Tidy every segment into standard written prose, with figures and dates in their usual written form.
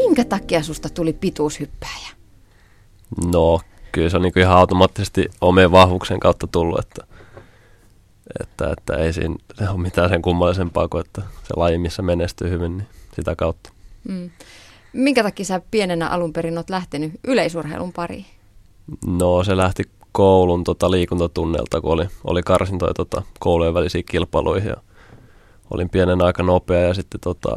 Minkä takia susta tuli pituushyppääjä? No, kyllä se on niin kuin ihan automaattisesti omien vahvuuksien kautta tullut, että ei siinä ole mitään sen kummallisempaa kuin, että se laji, missä menestyy hyvin, niin sitä kautta. Minkä takia sä pienenä alun perin oot lähtenyt yleisurheilun pariin? No, se lähti koulun liikuntatunnelta, kun oli karsintoja koulujen välisiä kilpailuihin ja olin pienen aika nopea ja sitten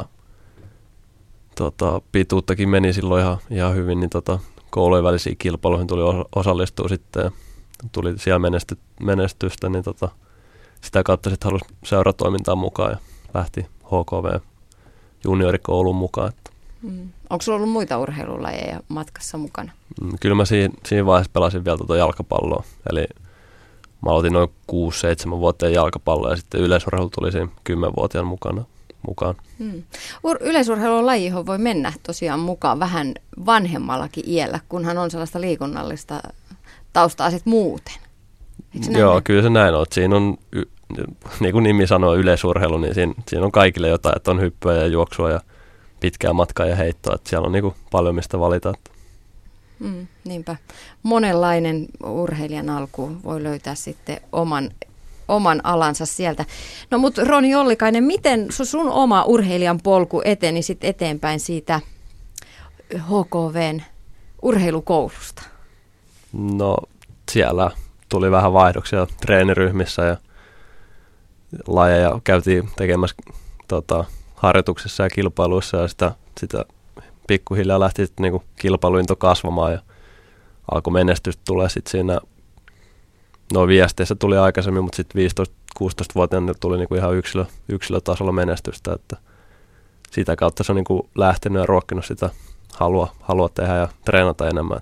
pituuttakin meni silloin ihan hyvin, niin koulujen välisiin kilpailuihin tuli osallistua sitten ja tuli siellä menestystä, niin sitä kautta sitten halusi seuratoimintaan mukaan ja lähti HKV juniorikouluun mukaan. Onko sulla ollut muita urheilulajeja matkassa mukana? Kyllä mä siinä vaiheessa pelasin vielä jalkapalloa, eli mä aloitin noin 6-7-vuotiaan jalkapalloa ja sitten yleisurheilu tuli siinä 10-vuotiaan mukaan. Yleisurheilun lajiin voi mennä tosiaan mukaan vähän vanhemmallakin iällä, kunhan on sellaista liikunnallista taustaa sitten muuten. Joo, kyllä se näin on. Siinä on, niin kuin nimi sanoo, yleisurheilu, niin siinä on kaikille jotain, että on hyppyä ja juoksua ja pitkää matkaa ja heittoa. Että siellä on niin kuin paljon mistä valita. Niinpä. Monenlainen urheilijan alku voi löytää sitten oman alansa sieltä. No mutta Roni Ollikainen, miten sun oma urheilijan polku eteni sitten eteenpäin siitä HKVn urheilukoulusta? No siellä tuli vähän vaihdoksia treeniryhmissä ja lajeja käytiin tekemässä harjoituksissa ja kilpailuissa ja sitä pikkuhiljaa lähti niinku kilpailuinto kasvamaan ja alkoi menestystä tulee sitten siinä. No viesteissä tuli aikaisemmin, mutta sitten 15-16-vuotiaana tuli niinku ihan yksilötasolla menestystä, että sitä kautta se on niinku lähtenyt ja ruokkinut sitä halua tehdä ja treenata enemmän.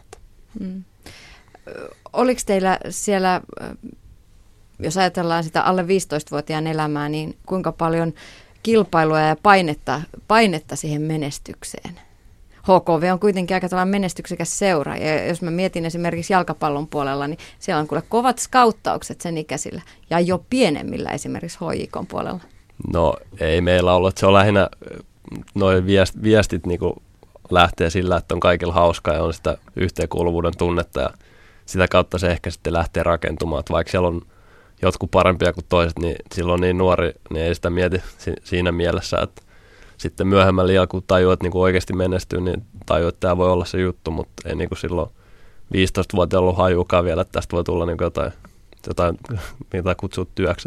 Oliko teillä siellä, jos ajatellaan sitä alle 15-vuotiaan elämää, niin kuinka paljon kilpailua ja painetta siihen menestykseen? HKV on kuitenkin aika tällainen menestyksekäs seura, ja jos mä mietin esimerkiksi jalkapallon puolella, niin siellä on kyllä kovat skauttaukset sen ikäisillä, ja jo pienemmillä esimerkiksi HJK:n puolella. No ei meillä ollut, se on lähinnä, noin viestit niin kuin lähtee sillä, että on kaikilla hauskaa ja on sitä yhteenkuuluvuuden tunnetta, ja sitä kautta se ehkä sitten lähtee rakentumaan, että vaikka siellä on jotkut parempia kuin toiset, niin silloin niin nuori, niin ei sitä mieti siinä mielessä, että sitten myöhemmällä iällä, kun tajuaa, että niinku oikeasti menestyy, niin tajuaa, että tämä voi olla se juttu, mutta ei niinku silloin 15-vuotiaalla ollut hajuukaan vielä, että tästä voi tulla niinku jotain mitä kutsuu työksi.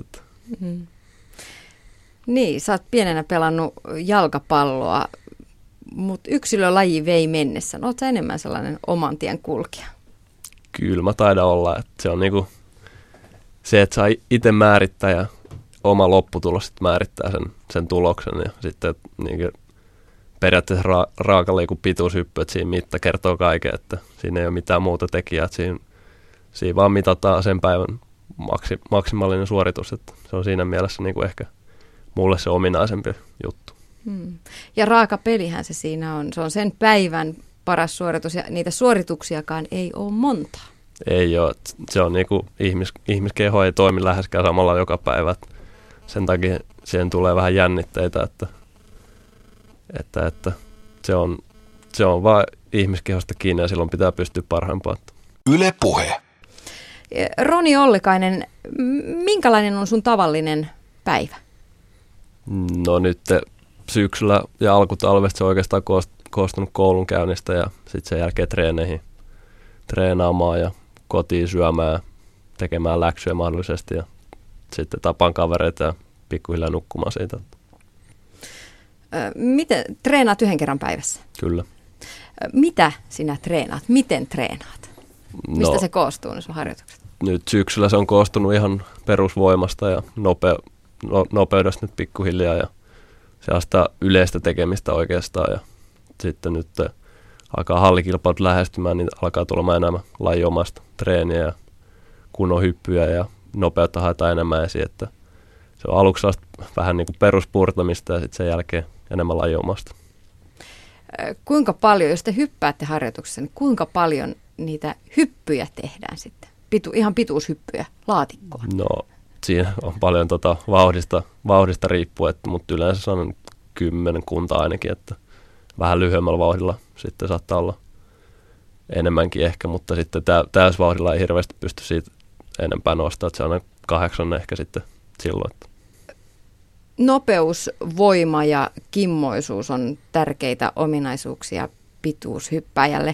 Niin, sä oot pienenä pelannut jalkapalloa, mutta yksilölaji vei mennessä. Oot sä enemmän sellainen oman tien kulkija? Kyllä mä taidan olla, että se on niinku se, että saa itse määrittää ja oma lopputulos sitten määrittää sen tuloksen ja sitten niin periaatteessa raakaliikun pituushyppy, että siinä mitta kertoo kaiken, että siinä ei ole mitään muuta tekijää, että siinä vaan mitataan sen päivän maksimaalinen suoritus, että se on siinä mielessä niin kuin ehkä mulle se ominaisempi juttu. Ja raaka pelihän se siinä on, se on sen päivän paras suoritus ja niitä suorituksiakaan ei ole monta. Ei ole, se on niin kuin ihmiskeho ei toimi läheskään samalla joka päivä, sen takia siihen tulee vähän jännitteitä, että se on vaan ihmiskehosta kiinni ja silloin pitää pystyä parhaimpaan. Yle Puhe. Roni Ollikainen, minkälainen on sun tavallinen päivä? No nyt syksyllä ja alkutalvesta se on oikeastaan koostunut koulunkäynnistä ja sitten sen jälkeen treeneihin treenaamaan ja kotiin syömään, tekemään läksyjä mahdollisesti ja sitten tapaan kavereita ja pikkuhiljaa nukkumaan siitä. Miten treenaat yhden kerran päivässä? Kyllä. Mitä sinä treenaat? Miten treenaat? Mistä se koostuu ne sun harjoitukset? Nyt syksyllä se on koostunut ihan perusvoimasta ja nopeudesta nyt pikkuhiljaa ja sellaista yleistä tekemistä oikeastaan. Ja sitten nyt alkaa hallikilpailut lähestymään, niin alkaa tulemaan enemmän lajiomaista treeniä ja kunnon hyppyjä ja nopeutta haetaan enemmän esiin, että se on aluksi vähän niin kuin peruspurtamista ja sitten sen jälkeen enemmän lajiomasta. Kuinka paljon, jos te hyppäätte harjoituksessa, niin kuinka paljon niitä hyppyjä tehdään sitten? Ihan pituushyppyjä laatikkoon? No siinä on paljon vauhdista riippuen, mutta yleensä sanon 10 ainakin, että vähän lyhyemmällä vauhdilla sitten saattaa olla enemmänkin ehkä, mutta sitten täysvauhdilla ei hirveästi pysty siitä enempää nostaa, että se on 8 ehkä sitten silloin. Nopeus, voima ja kimmoisuus on tärkeitä ominaisuuksia pituushyppäjälle.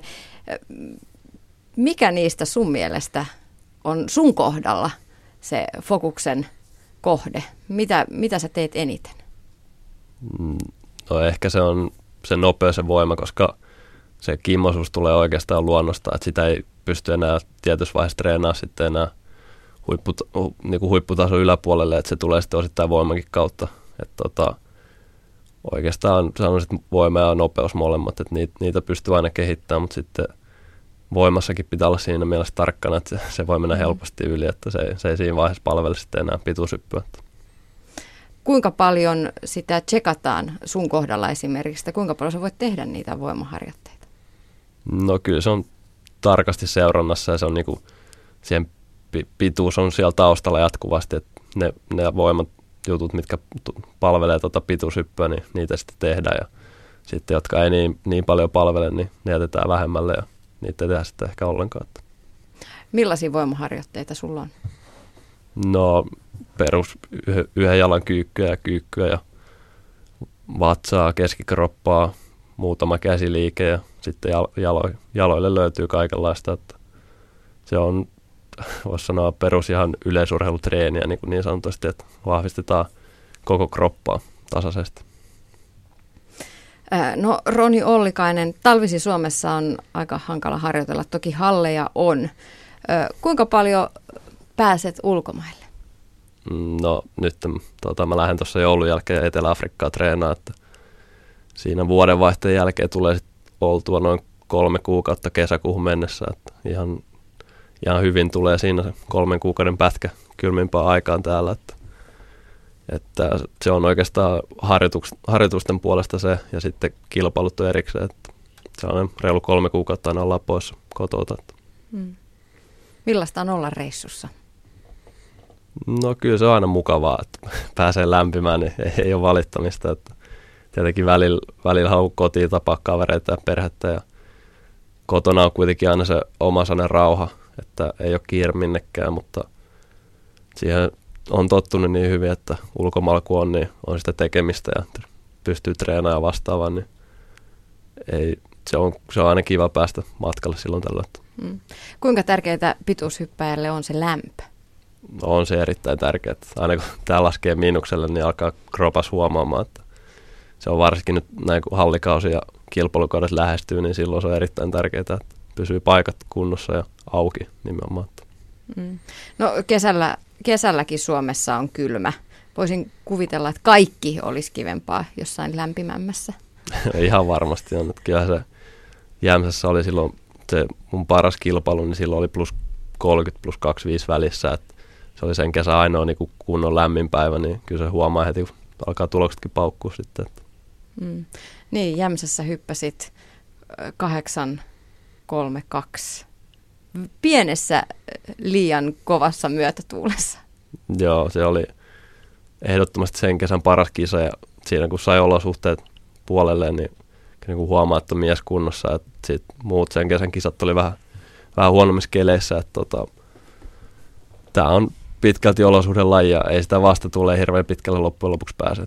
Mikä niistä sun mielestä on sun kohdalla se fokuksen kohde? Mitä sä teet eniten? No ehkä se on se nopeus ja voima, koska se kimmoisuus tulee oikeastaan luonnosta, että sitä ei pysty enää tietyssä vaiheessa treenaamaan sitten enää huipputason yläpuolelle, että se tulee sitten osittain voimankin kautta. Että oikeastaan sanoisin, että voima ja nopeus molemmat, että niitä pystyy aina kehittämään, mutta sitten voimassakin pitää olla siinä mielessä tarkkana, että se voi mennä helposti yli, että se ei siinä vaiheessa palvele sitten enää pituushyppyä. Kuinka paljon sitä tsekataan sun kohdalla esimerkiksi, kuinka paljon sä voit tehdä niitä voimaharjoitteita? No kyllä se on tarkasti seurannassa ja se on niinku, siihen pituus on siellä taustalla jatkuvasti, että ne voimat jutut, mitkä palvelee pituushyppyä, niin niitä sitten tehdään ja sitten jotka ei niin paljon palvele, niin ne jätetään vähemmälle ja niitä ei tehdä sitten ehkä ollenkaan. Millaisia voimaharjoitteita sulla on? No perus yhden jalan kyykkyä ja vatsaa, keskikroppaa, muutama käsiliike ja sitten jaloille löytyy kaikenlaista. Että se on, voisi sanoa, perus ihan yleisurheilutreeniä niin sanotusti, että vahvistetaan koko kroppaa tasaisesti. No Roni Ollikainen, talvisi Suomessa on aika hankala harjoitella, toki halleja on. Kuinka paljon pääset ulkomaille? No nyt mä lähden tuossa joulun jälkeen Etelä-Afrikkaan treenaamaan, että siinä vuodenvaihteen jälkeen tulee sit oltua noin 3 kuukautta kesäkuuhun mennessä, että ihan hyvin tulee siinä se 3 kuukauden pätkä kylmimpään aikaan täällä, että se on oikeastaan harjoitusten puolesta se ja sitten kilpailut on erikseen, että se on reilu 3 kuukautta aina ollaan pois kotota. Millaista on olla reissussa? No kyllä se on aina mukavaa, että pääsee lämpimään, niin ei ole valittamista. Että tietenkin välillä haluaa kotiin tapaa kavereita ja perhettä ja kotona on kuitenkin aina se oma sellainen rauha, että ei ole kiire minnekään, mutta siihen on tottunut niin hyvin, että ulkomailla kun on, niin on sitä tekemistä ja pystyy treenaamaan vastaavaan, niin se on aina kiva päästä matkalle silloin tällöin. Kuinka tärkeää pituushyppäjälle on se lämpö? On se erittäin tärkeää. Aina kun tämä laskee miinukselle, niin alkaa kropas huomaamaan, että se on varsinkin nyt näin kun hallikausi ja kilpailukaudet lähestyy, niin silloin se on erittäin tärkeää, että pysyy paikat kunnossa ja auki nimenomaan. No kesälläkin Suomessa on kylmä. Voisin kuvitella, että kaikki olisi kivempaa jossain lämpimämmässä. Ihan varmasti on. Kyllä se Jämsässä oli silloin se mun paras kilpailu, niin silloin oli plus 30 plus 25 välissä. Että se oli sen kesän ainoa niin kunnon lämmin päivä, niin kyllä se huomaa heti, kun alkaa tuloksetkin paukkua sitten. Niin, Jämsässä hyppäsit 8.32 pienessä liian kovassa myötätuulessa. Joo, se oli ehdottomasti sen kesän paras kisa ja siinä kun sai olosuhteet puolelleen, niin huomaa, että on mies kunnossa. Että sit muut sen kesän kisat oli vähän huonommissa keleissä. Tämä on pitkälti olosuhdelaji ja ei sitä vasta tule hirveän pitkälle loppujen lopuksi pääse.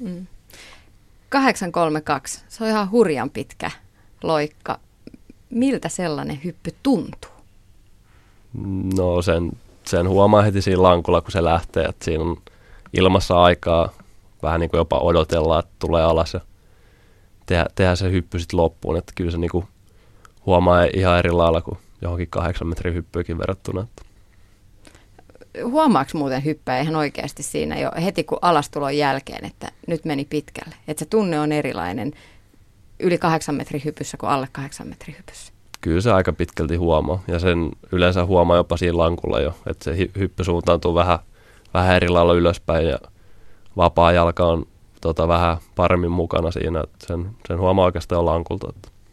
8.32, se on ihan hurjan pitkä loikka. Miltä sellainen hyppy tuntuu? No sen huomaa heti siinä lankulla, kun se lähtee, että siinä on ilmassa aikaa, vähän niin kuin jopa odotellaan, että tulee alas ja tehdä se hyppy sitten loppuun, että kyllä se niin kuin huomaa ihan eri lailla kuin johonkin 8 metrin hyppyykin verrattuna. Huomaako muuten hyppää ihan oikeasti siinä jo heti kun alastulon jälkeen, että nyt meni pitkälle, että se tunne on erilainen yli 8 metrin hypyssä kuin alle 8 metrin hypyssä? Kyllä se aika pitkälti huomaa ja sen yleensä huomaa jopa siinä lankulla jo, että se hyppy suuntautuu vähän eri lailla ylöspäin ja vapaa jalka on vähän paremmin mukana siinä, että sen huomaa oikeastaan lankulta.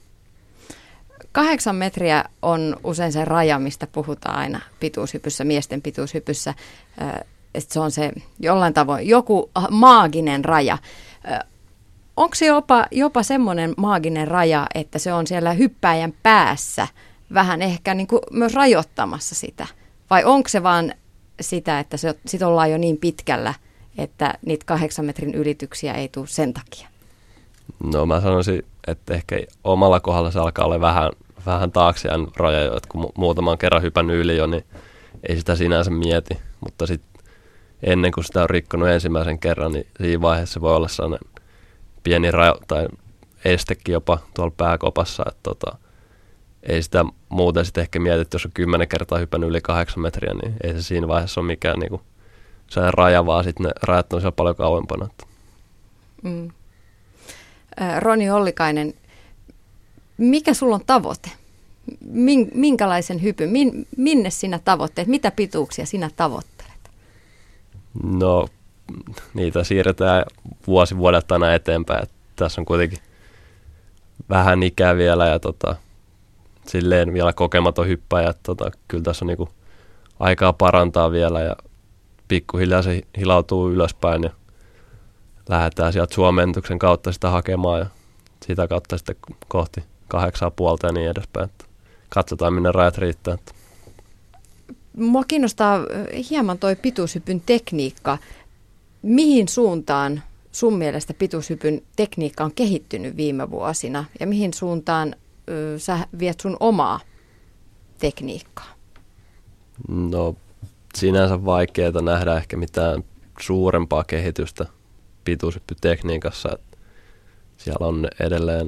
8 metriä on usein se raja, mistä puhutaan aina pituushypyssä, miesten pituushypyssä. Se on se jollain tavoin joku maaginen raja. onko se jopa semmoinen maaginen raja, että se on siellä hyppäjän päässä vähän ehkä niin kuin myös rajoittamassa sitä? Vai onko se vaan sitä, että sit ollaan jo niin pitkällä, että niitä 8 metrin ylityksiä ei tule sen takia? No mä sanoisin, että ehkä omalla kohdalla se alkaa olla vähän taakse jään raja, että kun muutaman kerran hypännyt yli jo, niin ei sitä sinänsä mieti. Mutta sitten ennen kuin sitä on rikkonut ensimmäisen kerran, niin siinä vaiheessa voi olla sellainen pieni raja tai estekin jopa tuolla pääkopassa, että ei sitä muuten sitten ehkä mieti, että jos on 10 kertaa hypännyt yli 8 metriä, niin ei se siinä vaiheessa ole mikään niinku sellainen raja, vaan sitten ne rajat on siellä paljon kauempana. Mm. Roni Ollikainen, mikä sulla on tavoite? Minkälaisen hypyn? Minne sinä tavoitteet? Mitä pituuksia sinä tavoittelet? No, niitä siirretään vuosi vuodelta aina eteenpäin. Että tässä on kuitenkin vähän ikää vielä ja silleen vielä kokematon hyppäjä. Kyllä tässä on niinku aikaa parantaa vielä ja pikkuhiljaa se hilautuu ylöspäin ja lähdetään sieltä suomentuksen kautta sitä hakemaan ja sitä kautta sitten kohti 8,5 ja niin edespäin. Että katsotaan, minne rajat riittää. Mua kiinnostaa hieman toi pituushypyn tekniikka. Mihin suuntaan sun mielestä pituushypyn tekniikka on kehittynyt viime vuosina ja mihin suuntaan sä viet sun omaa tekniikkaa? No sinänsä vaikeaa nähdä ehkä mitään suurempaa kehitystä pituushyppytekniikassa. Siellä on edelleen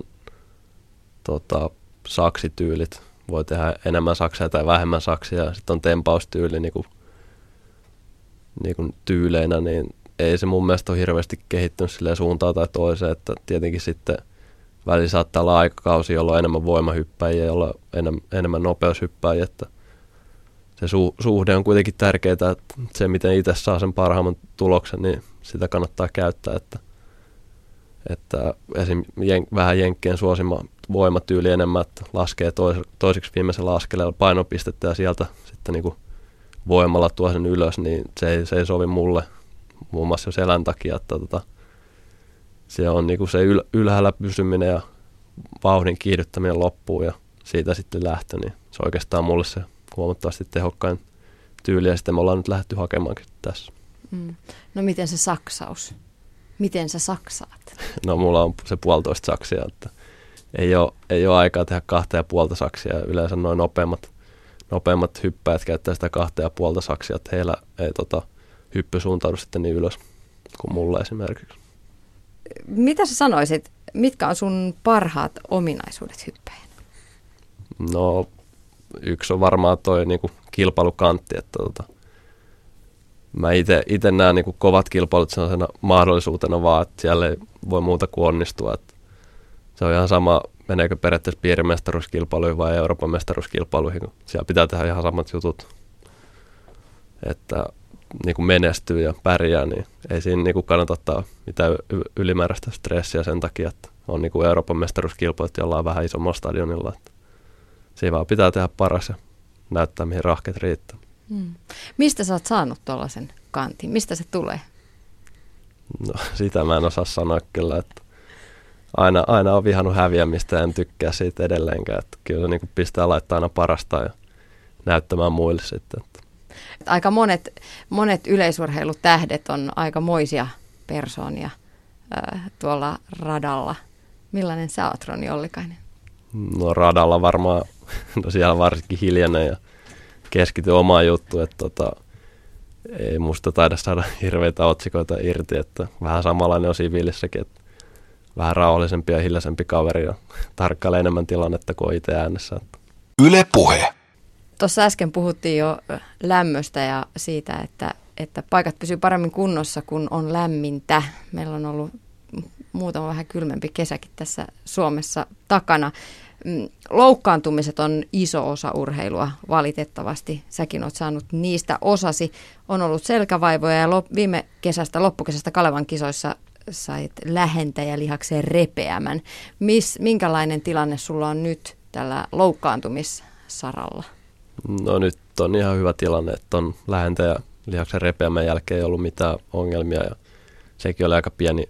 saksityylit. Voi tehdä enemmän saksia tai vähemmän saksia. Sitten on tempaustyyli niin kuin tyyleinä, niin ei se mun mielestä ole hirveästi kehittynyt silleen suuntaan tai toiseen. Että tietenkin sitten välillä saattaa olla aikakausi, jolloin on enemmän voimahyppäjiä ja olla enemmän nopeushyppäjiä. Että se suhde on kuitenkin tärkeää, että se miten itse saa sen parhaimman tuloksen, niin sitä kannattaa käyttää. Että esim. Vähän jenkkien suosima voimatyyli enemmän, että laskee toiseksi viimeisellä askeleella painopistettä ja sieltä sitten niin kuin voimalla tuo sen ylös, niin se ei sovi mulle muun muassa jo selän takia, että se on niin kuin se ylhäällä pysyminen ja vauhdin kiihdyttäminen loppuu ja siitä sitten lähtö, niin se on oikeastaan mulle se huomattavasti tehokkain tyyli ja sitten me ollaan nyt lähdetty hakemaankin tässä. No miten se saksaus? Miten sä saksaat? No mulla on se 1,5 saksia, että ei ole aikaa tehdä 2,5 saksia. Yleensä noin nopeammat hyppäjät käyttää sitä 2,5 saksia, että heillä ei hyppy suuntaudu sitten niin ylös kuin mulla esimerkiksi. Mitä sä sanoisit, mitkä on sun parhaat ominaisuudet hyppäjänä? No yksi on varmaan toi niinku kilpailukantti, että mä itse näen niinku kovat kilpailut sellaisena mahdollisuutena vaan, että siellä ei voi muuta kuin onnistua. Että se on ihan sama, meneekö periaatteessa piirimestaruuskilpailuihin vai Euroopan mestaruuskilpailuihin, kun siellä pitää tehdä ihan samat jutut. Että niin kuin menestyy ja pärjää, niin ei siinä niin kuin kannata ottaa mitään ylimääräistä stressiä sen takia, että on niin kuin Euroopan mestaruuskilpailut jollain vähän isommalla stadionilla. Että siinä vaan pitää tehdä paras ja näyttää, mihin rahkeet riittää. Mistä sä oot saanut tuollaisen kantin? Mistä se tulee? No sitä mä en osaa sanoa kyllä, että aina on vihannut häviämistä ja en tykkää siitä edelleenkään. Että kyllä se niin kuin pistää laittaa aina parasta ja näyttämään muille sitten. Aika monet yleisurheilutähdet on aikamoisia persoonia tuolla radalla. Millainen sä oot, Roni Ollikainen? No radalla varmaan, no siellä varsinkin hiljainen ja keskity omaan juttuun, että ei musta taida saada hirveitä otsikoita irti, että vähän samanlainen on siviilissäkin, että vähän rauhallisempi ja hiljaisempi kaveri ja tarkkailee enemmän tilannetta kuin itse äänessä. Yle Puhe. Tuossa äsken puhuttiin jo lämmöstä ja siitä, että paikat pysyy paremmin kunnossa, kun on lämmintä. Meillä on ollut muutama vähän kylmempi kesäkin tässä Suomessa takana. Loukkaantumiset on iso osa urheilua valitettavasti. Säkin oot saanut niistä osasi. On ollut selkävaivoja ja loppukesästä Kalevan kisoissa sait lähentäjälihakseen repeämän. Minkälainen tilanne sulla on nyt tällä loukkaantumissaralla? No nyt on ihan hyvä tilanne, että on lähentäjälihaksen repeämän jälkeen ei ollut mitään ongelmia ja sekin oli aika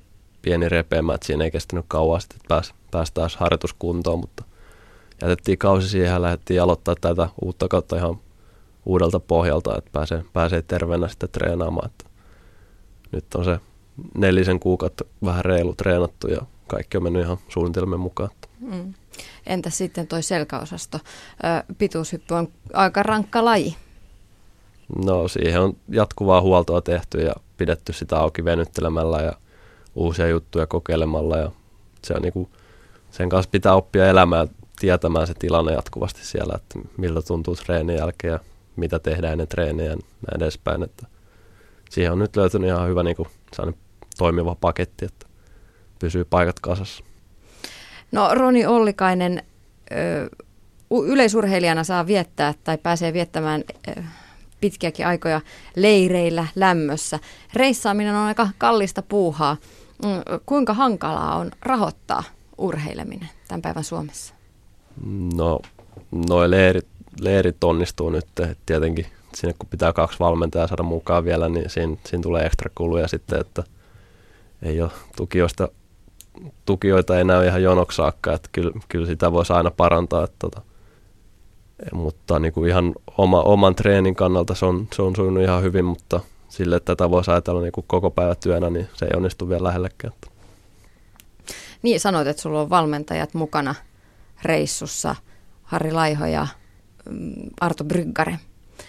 pieni repeämä, että siinä ei kestänyt kauan sitten, että pääsi taas harjoituskuntoon, mutta jätettiin kausi siihen ja lähdettiin aloittaa tätä uutta kautta ihan uudelta pohjalta, että pääsee terveenä sitten treenaamaan. Että nyt on se 4 kuukautta vähän reilu treenattu ja kaikki on mennyt ihan suunnitelmien mukaan. Entä sitten toi selkäosasto? Pituushyppy on aika rankka laji. No siihen on jatkuvaa huoltoa tehty ja pidetty sitä auki venyttelemällä ja uusia juttuja kokeilemalla. Ja se on niinku, sen kanssa pitää oppia elämään, tietämään se tilanne jatkuvasti siellä, että miltä tuntuu treenin jälkeen ja mitä tehdään ennen treeniä ja näin edespäin. Että siihen on nyt löytynyt ihan hyvä niinku, toimiva paketti, että pysyy paikat kasassa. No Roni Ollikainen, yleisurheilijana saa viettää tai pääsee viettämään pitkiäkin aikoja leireillä lämmössä. Reissaaminen on aika kallista puuhaa. Kuinka hankalaa on rahoittaa urheileminen tämän päivän Suomessa? No, noi leirit onnistuu nyt. Tietenkin sinne kun pitää 2 valmentajaa saada mukaan vielä, niin siinä tulee ekstra kuluja sitten, että ei ole tukijoita ei näy ihan jonoksi saakka, että kyllä sitä voisi aina parantaa. Mutta niin kuin ihan oman treenin kannalta se on sujunut ihan hyvin, mutta sille, että tätä voisi ajatella niin kuin koko päivä työnä, niin se ei onnistu vielä lähellekään. Niin, sanoit, että sulla on valmentajat mukana reissussa, Harri Laiho ja Arto Bryggare.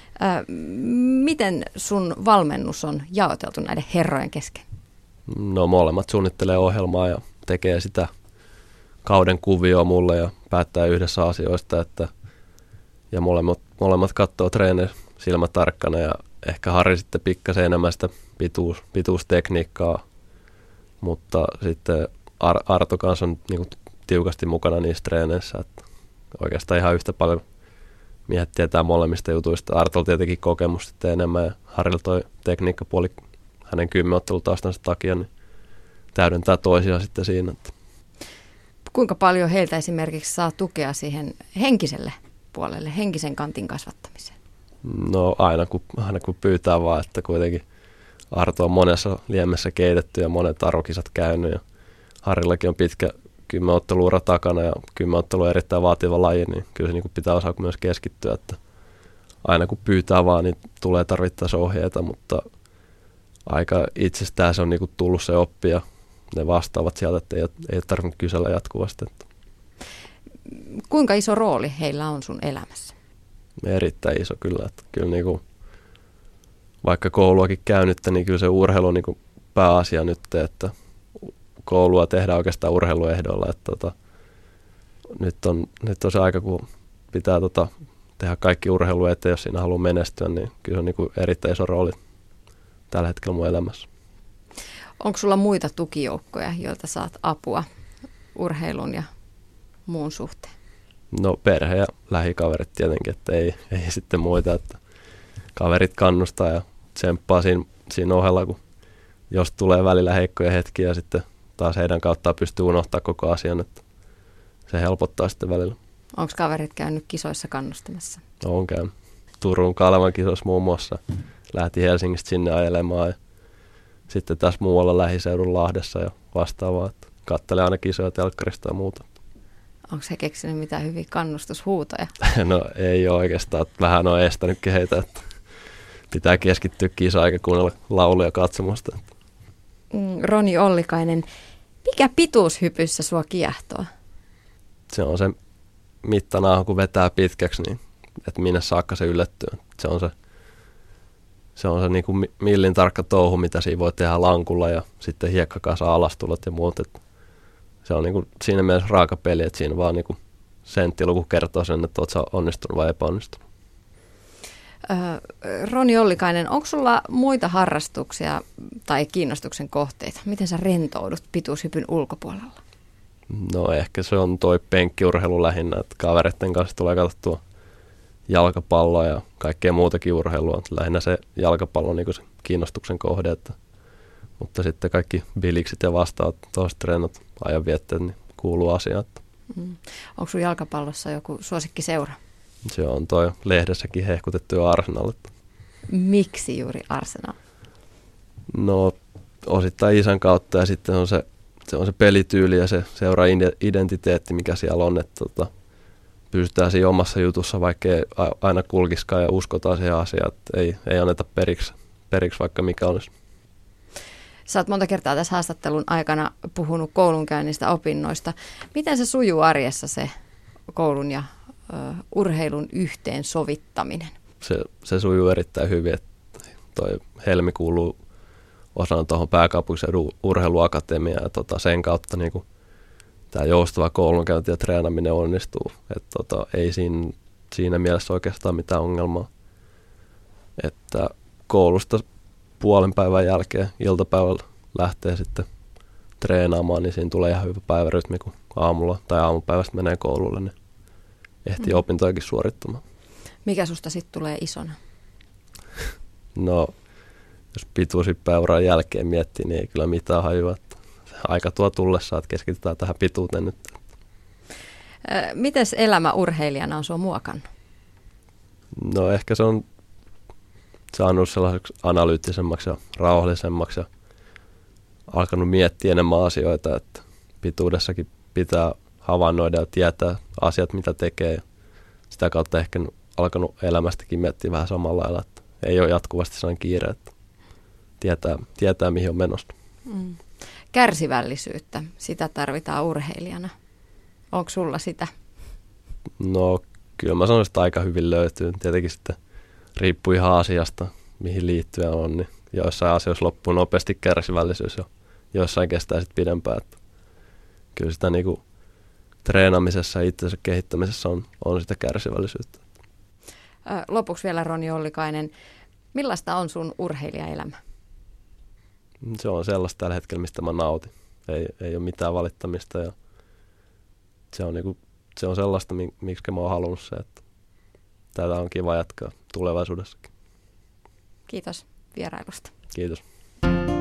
Miten sun valmennus on jaoteltu näiden herrojen kesken? No molemmat suunnittelee ohjelmaa ja tekee sitä kauden kuvioa mulle ja päättää yhdessä asioista, ja molemmat katsoo treenejä silmät tarkkana ja ehkä Harri sitten pikkasen enemmän sitä pituustekniikkaa, mutta sitten Arto kanssa on niin kuin tiukasti mukana niissä treeneissä, että oikeastaan ihan yhtä paljon miehet tietää molemmista jutuista. Artolla tietenkin kokemus sitten enemmän ja Harrilla toi tekniikkapuoli hänen 10 ottelutaustansa takia niin täydentää toisiaan sitten siinä. Kuinka paljon heiltä esimerkiksi saa tukea siihen henkiselle puolelle, henkisen kantin kasvattamiseen? No aina kun pyytää vaan, että kuitenkin Arto on monessa liemessä keitetty ja monet arvokisat käynyt ja Harrillakin on pitkä 10 otteluura takana ja 10 ottelu on erittäin vaativa laji, niin kyllä se niin pitää osaa myös keskittyä, että aina kun pyytää vaan, niin tulee tarvittaessa ohjeita, mutta aika itsestään se on niin tullut se oppi ja ne vastaavat sieltä, että ei tarvitse kysellä jatkuvasti. Kuinka iso rooli heillä on sun elämässä? Erittäin iso kyllä, että kyllä niin kuin, vaikka kouluakin käynyt, niin kyllä se urheilu on niin kuin pääasia nyt, että koulua tehdään oikeastaan urheiluehdolla, että nyt on se aika, kun pitää tehdä kaikki urheilu eteen, jos siinä haluaa menestyä, niin kyllä se on niin kuin erittäin iso rooli tällä hetkellä mun elämässä. Onko sulla muita tukijoukkoja, joilta saat apua urheilun ja muun suhteen? No perhe ja lähikaverit tietenkin, että ei sitten muita, että kaverit kannustaa ja tsemppaa siinä ohella, kun jos tulee välillä heikkoja hetkiä, sitten taas heidän kauttaan pystyy unohtamaan koko asian, että se helpottaa sitten välillä. Onko kaverit käynyt kisoissa kannustamassa? No, on käynyt. Turun Kalevan kisoissa muun muassa. Lähti Helsingistä sinne ajelemaan ja sitten tässä muualla lähiseudun Lahdessa ja vastaavaa, että katselee aina kisoja telkkarista ja muuta. Onko he keksinyt mitään hyviä kannustushuutoja? No ei ole oikeastaan, vähän on estänytkin heitä, että pitää keskittyä kisaan eikä kuunnella lauluja katsomusta. Roni Ollikainen, mikä pituushypyssä sua kiehtoo? Se on se mittanaaho, kun vetää pitkäksi, niin että minne saakka se yllättyy. Se on se niin kuin millin tarkka touhu, mitä siinä voi tehdä lankulla ja sitten hiekkakasa alastulot ja muut. Että se on niin kuin siinä mielessä raaka peli, että siinä vaan niin kuin senttiluku kertoo sen, että oletko onnistunut vai epäonnistunut. Roni Ollikainen, onko sulla muita harrastuksia tai kiinnostuksen kohteita? Miten sä rentoudut pituushypyn ulkopuolella? No ehkä se on toi penkkiurheilu lähinnä, että kavereiden kanssa tulee katsottua jalkapalloa ja kaikkea muutakin urheilua. Lähinnä se jalkapallo on niin se kiinnostuksen kohde, mutta sitten kaikki biliksit ja vastaavat toiset treenat, ajanvietteet, niin kuuluu asiaan. Onko sun jalkapallossa joku suosikkiseura? Se on toi lehdessäkin hehkutettu Arsenal. Miksi juuri Arsenal? No osittain isän kautta ja sitten on se se on se pelityyli ja se seura-identiteetti, mikä siellä on, että pysytään siinä omassa jutussa, vaikka ei aina kulkiskaan ja uskotaan siihen asiaan, että ei anneta periksi vaikka mikä olisi. Sä oot monta kertaa tässä haastattelun aikana puhunut koulunkäynnistä, opinnoista. Miten se sujuu arjessa se koulun ja urheilun yhteensovittaminen? Se sujuu erittäin hyvin, että toi Helmi kuuluu osana tuohon pääkaupunkiseudun urheiluakatemiaan ja sen kautta niin tämä joustava koulunkäynti ja treenaminen onnistuu. Ei siinä mielessä oikeastaan mitään ongelmaa. Että koulusta puolen päivän jälkeen iltapäivällä lähtee sitten treenaamaan, niin siinä tulee ihan hyvä päivärytmi, kun aamulla tai aamupäivästä menee koululle, niin ehtii opintojakin suorittamaan. Mikä susta sitten tulee isona? No, jos pituushyppäyuran jälkeen miettii, niin ei kyllä mitään hajua. Aika tuo tullessa, että keskitytään tähän pituuteen nyt. Mites elämä urheilijana on sua muokannut? No ehkä se on saanut sellaiseksi analyyttisemmaksi ja rauhallisemmaksi ja alkanut miettiä enemmän asioita, että pituudessakin pitää havainnoida ja tietää asiat, mitä tekee. Ja sitä kautta ehkä alkanut elämästäkin miettiä vähän samalla lailla, että ei ole jatkuvasti sellainen kiire, että tietää mihin on menossa. Kärsivällisyyttä, sitä tarvitaan urheilijana. Onko sulla sitä? No kyllä mä sanoisin, että aika hyvin löytyy. Tietenkin sitten riippuu ihan asiasta, mihin liittyen on. Niin joissain asioissa loppuu nopeasti kärsivällisyys ja joissain kestää sitten pidempään. Että kyllä sitä niinku treenaamisessa ja itsensä kehittämisessä on sitä kärsivällisyyttä. Lopuksi vielä Roni Ollikainen. Millaista on sun urheilijaelämä? Se on sellaista tällä hetkellä, mistä mä nautin. Ei ole mitään valittamista ja se on sellaista, miksi mä oon halunnut se, että tätä on kiva jatkaa tulevaisuudessakin. Kiitos vierailusta. Kiitos.